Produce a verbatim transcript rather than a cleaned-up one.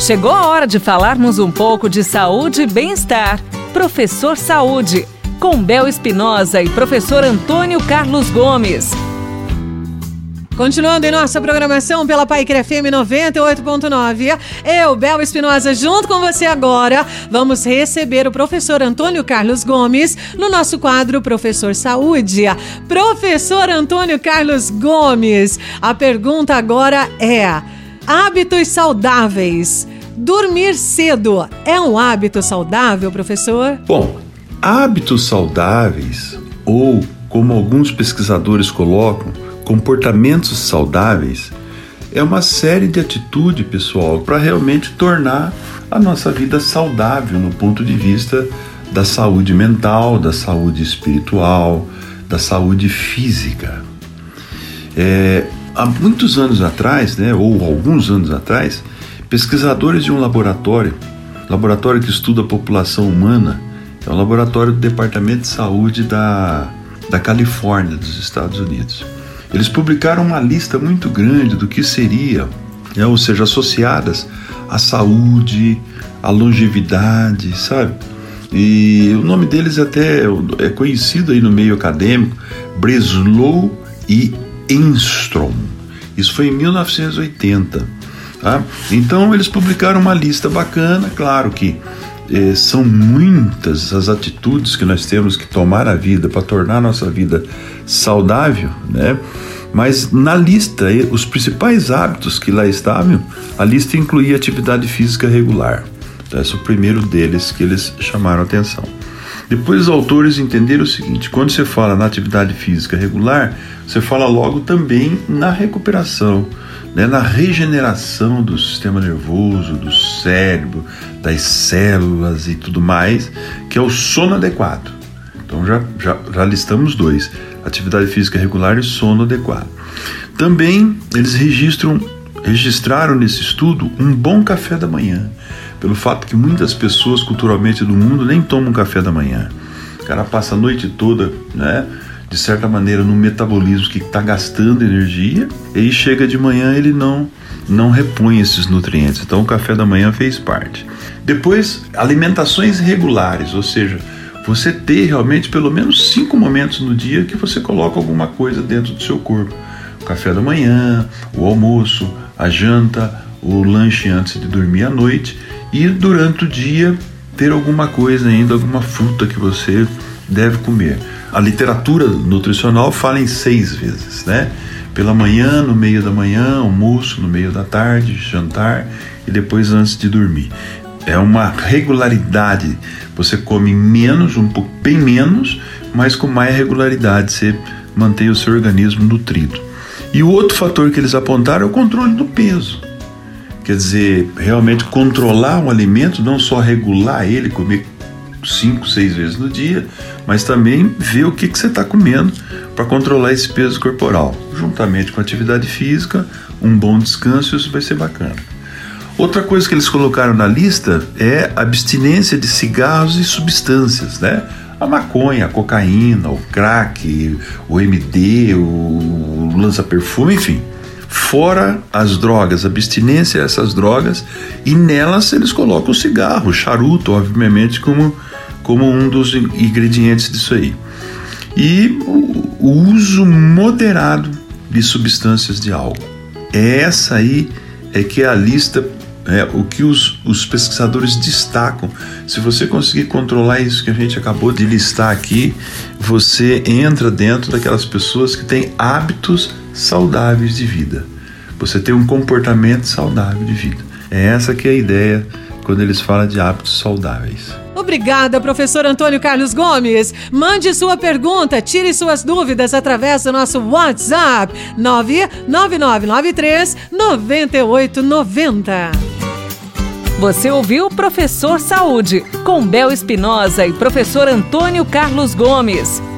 Chegou a hora de falarmos um pouco de saúde e bem-estar. Professor Saúde, com Bel Espinosa e professor Antônio Carlos Gomes. Continuando em nossa programação pela Paiquer F M noventa e oito ponto nove, eu, Bel Espinosa, junto com você agora, vamos receber o professor Antônio Carlos Gomes no nosso quadro Professor Saúde. Professor Antônio Carlos Gomes, a pergunta agora é: hábitos saudáveis. Dormir cedo é um hábito saudável, professor? Bom, hábitos saudáveis, ou como alguns pesquisadores colocam, comportamentos saudáveis, é uma série de atitudes, pessoal, para realmente tornar a nossa vida saudável no ponto de vista da saúde mental, da saúde espiritual, da saúde física. É, há muitos anos atrás, né, ou alguns anos atrás, pesquisadores de um laboratório, laboratório que estuda a população humana, é um laboratório do Departamento de Saúde da, da Califórnia, dos Estados Unidos. Eles publicaram uma lista muito grande do que seria, né, ou seja, associadas à saúde, à longevidade, sabe? E o nome deles até é conhecido aí no meio acadêmico, Breslow e Enstrom. Isso foi em mil novecentos e oitenta. Tá? Então eles publicaram uma lista bacana, claro que eh, são muitas as atitudes que nós temos que tomar na vida para tornar a nossa vida saudável, né? Mas na lista, os principais hábitos que lá estavam, a lista incluía atividade física regular. Então, esse é o primeiro deles que eles chamaram atenção. Depois os autores entenderam o seguinte: quando você fala na atividade física regular, você fala logo também na recuperação, né, na regeneração do sistema nervoso, do cérebro, das células e tudo mais, que é o sono adequado. Então já, já, já listamos dois: atividade física regular e sono adequado. Também eles registram, registraram nesse estudo um bom café da manhã, pelo fato que muitas pessoas culturalmente do mundo nem tomam café da manhã. O cara passa a noite toda, né, de certa maneira, no metabolismo que está gastando energia, e aí chega de manhã ele não, não repõe esses nutrientes. Então o café da manhã fez parte. Depois, alimentações regulares, ou seja, você ter realmente pelo menos cinco momentos no dia que você coloca alguma coisa dentro do seu corpo. O café da manhã, o almoço, a janta, o lanche antes de dormir à noite, e durante o dia ter alguma coisa ainda, alguma fruta que você deve comer. A literatura nutricional fala em seis vezes, né? Pela manhã, no meio da manhã, almoço, no meio da tarde, jantar e depois antes de dormir. É uma regularidade, você come menos, um pouco bem menos, mas com mais regularidade você mantém o seu organismo nutrido. E o outro fator que eles apontaram é o controle do peso. Quer dizer, realmente controlar um alimento, não só regular ele, comer cinco, seis vezes no dia, mas também ver o que, que você está comendo para controlar esse peso corporal. Juntamente com a atividade física, um bom descanso, isso vai ser bacana. Outra coisa que eles colocaram na lista é a abstinência de cigarros e substâncias, né? A maconha, a cocaína, o crack, o M D, o lança-perfume, enfim. Fora as drogas, abstinência a essas drogas, e nelas eles colocam o cigarro, o charuto, obviamente, como, como um dos ingredientes disso aí. E o, o uso moderado de substâncias de álcool. Essa aí é que é a lista, é, o que os, os pesquisadores destacam. Se você conseguir controlar isso que a gente acabou de listar aqui, você entra dentro daquelas pessoas que têm hábitos saudáveis de vida. Você tem um comportamento saudável de vida. É essa que é a ideia quando eles falam de hábitos saudáveis. Obrigada, professor Antônio Carlos Gomes. Mande sua pergunta, tire suas dúvidas através do nosso WhatsApp nove nove nove nove três nove oito nove zero. Você ouviu Professor Saúde, com Bel Espinosa e professor Antônio Carlos Gomes.